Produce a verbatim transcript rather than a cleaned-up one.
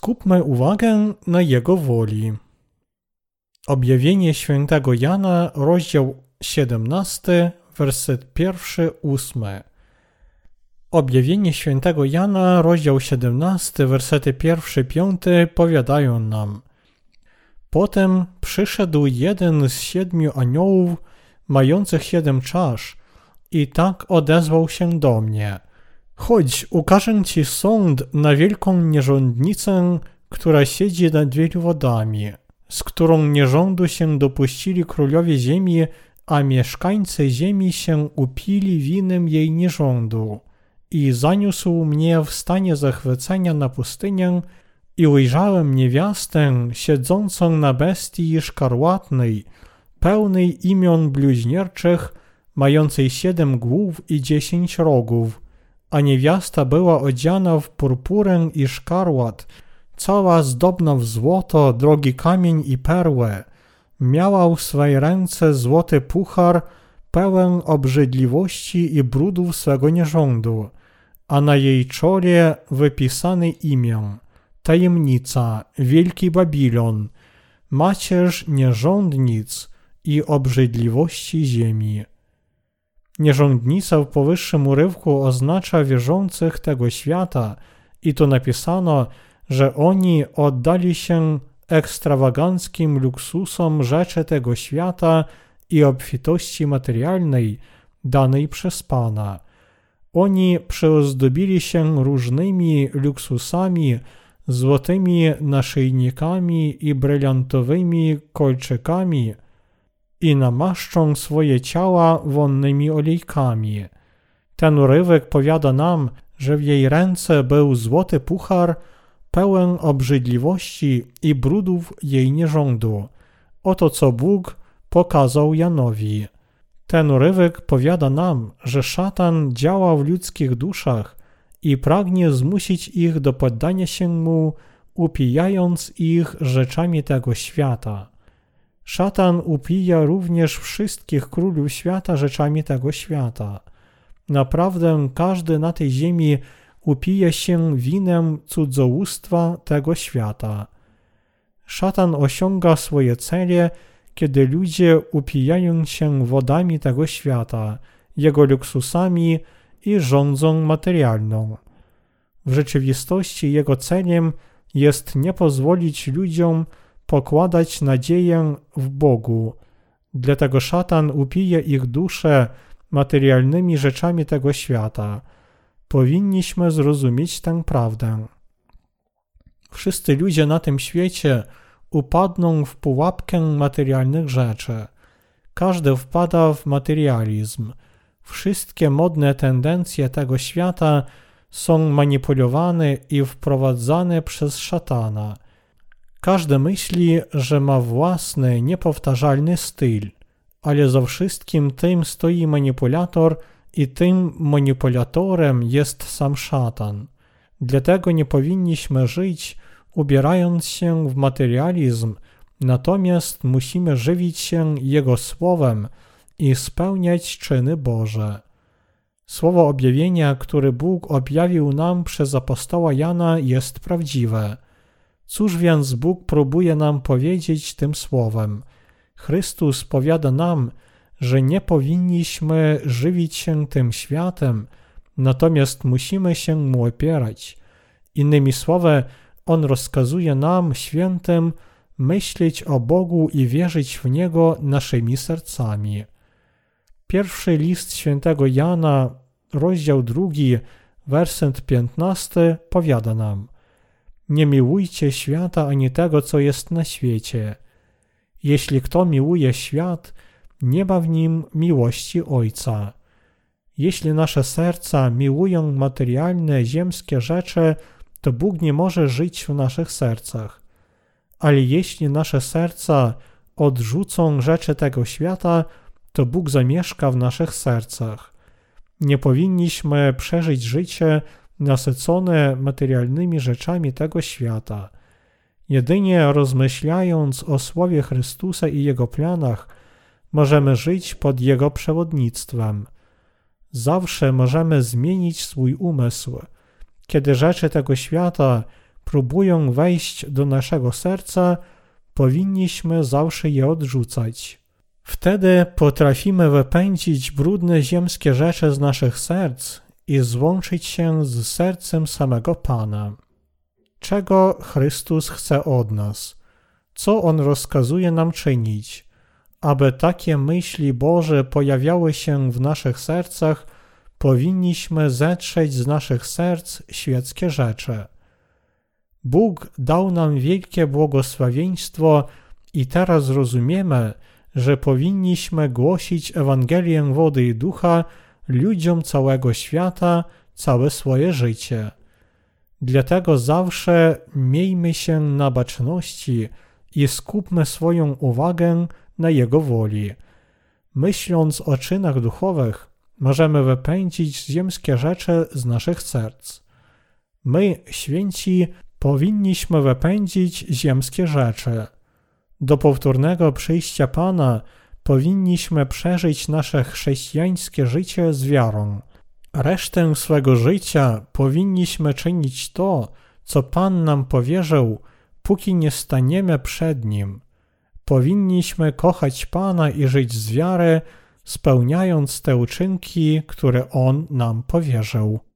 Skupmy uwagę na Jego woli. Objawienie świętego Jana, rozdział siedemnasty, werset pierwszy, ósmy. Objawienie świętego Jana, rozdział siedemnasty, wersety pierwszy, piąty powiadają nam: Potem przyszedł jeden z siedmiu aniołów, mających siedem czasz, i tak odezwał się do mnie: Chodź, ukażę ci sąd na wielką nierządnicę, która siedzi nad wielu wodami, z którą nierządu się dopuścili królowie ziemi, a mieszkańcy ziemi się upili winem jej nierządu. I zaniósł mnie w stanie zachwycenia na pustynię i ujrzałem niewiastę siedzącą na bestii szkarłatnej, pełnej imion bluźnierczych, mającej siedem głów i dziesięć rogów, a niewiasta była odziana w purpurę i szkarłat, cała zdobna w złoto, drogi kamień i perłę. Miała w swej ręce złoty puchar, pełen obrzydliwości i brudów swego nierządu, a na jej czole wypisane imię: Tajemnica, Wielki Babilon, macierz nierządnic i obrzydliwości ziemi. Nierządnica w powyższym urywku oznacza wierzących tego świata i tu napisano, że oni oddali się ekstrawaganckim luksusom rzeczy tego świata i obfitości materialnej danej przez Pana. Oni przyozdobili się różnymi luksusami, złotymi naszyjnikami i bryliantowymi kolczykami i namaszczą swoje ciała wonnymi olejkami. Ten urywek powiada nam, że w jej ręce był złoty puchar, pełen obrzydliwości i brudów jej nierządu. Oto co Bóg pokazał Janowi. Ten urywek powiada nam, że szatan działa w ludzkich duszach i pragnie zmusić ich do poddania się mu, upijając ich rzeczami tego świata. Szatan upija również wszystkich królów świata rzeczami tego świata. Naprawdę każdy na tej ziemi upija się winem cudzołóstwa tego świata. Szatan osiąga swoje cele, kiedy ludzie upijają się wodami tego świata, jego luksusami i rządzą materialną. W rzeczywistości jego celem jest nie pozwolić ludziom pokładać nadzieję w Bogu. Dlatego szatan upija ich dusze materialnymi rzeczami tego świata. Powinniśmy zrozumieć tę prawdę. Wszyscy ludzie na tym świecie upadną w pułapkę materialnych rzeczy. Każdy wpada w materializm. Wszystkie modne tendencje tego świata są manipulowane i wprowadzane przez szatana. Każdy myśli, że ma własny, niepowtarzalny styl, ale za wszystkim tym stoi manipulator i tym manipulatorem jest sam szatan. Dlatego nie powinniśmy żyć ubierając się w materializm, natomiast musimy żywić się Jego Słowem i spełniać czyny Boże. Słowo objawienia, które Bóg objawił nam przez apostoła Jana, jest prawdziwe. Cóż więc Bóg próbuje nam powiedzieć tym słowem? Chrystus powiada nam, że nie powinniśmy żywić się tym światem, natomiast musimy się mu opierać. Innymi słowy, On rozkazuje nam, świętym, myśleć o Bogu i wierzyć w Niego naszymi sercami. Pierwszy list świętego Jana, rozdział drugi, werset piętnasty powiada nam: Nie miłujcie świata ani tego, co jest na świecie. Jeśli kto miłuje świat, nie ma w nim miłości Ojca. Jeśli nasze serca miłują materialne, ziemskie rzeczy, to Bóg nie może żyć w naszych sercach. Ale jeśli nasze serca odrzucą rzeczy tego świata, to Bóg zamieszka w naszych sercach. Nie powinniśmy przeżyć życie nasycone materialnymi rzeczami tego świata. Jedynie rozmyślając o Słowie Chrystusa i Jego planach, możemy żyć pod Jego przewodnictwem. Zawsze możemy zmienić swój umysł. Kiedy rzeczy tego świata próbują wejść do naszego serca, powinniśmy zawsze je odrzucać. Wtedy potrafimy wypędzić brudne ziemskie rzeczy z naszych serc i złączyć się z sercem samego Pana. Czego Chrystus chce od nas? Co On rozkazuje nam czynić? Aby takie myśli Boże pojawiały się w naszych sercach, powinniśmy zetrzeć z naszych serc świeckie rzeczy. Bóg dał nam wielkie błogosławieństwo i teraz rozumiemy, że powinniśmy głosić Ewangelię wody i ducha ludziom całego świata całe swoje życie. Dlatego zawsze miejmy się na baczności i skupmy swoją uwagę na Jego woli. Myśląc o czynach duchowych, możemy wypędzić ziemskie rzeczy z naszych serc. My, święci, powinniśmy wypędzić ziemskie rzeczy. Do powtórnego przyjścia Pana powinniśmy przeżyć nasze chrześcijańskie życie z wiarą. Resztę swego życia powinniśmy czynić to, co Pan nam powierzył, póki nie staniemy przed Nim. Powinniśmy kochać Pana i żyć z wiary, spełniając te uczynki, które On nam powierzył.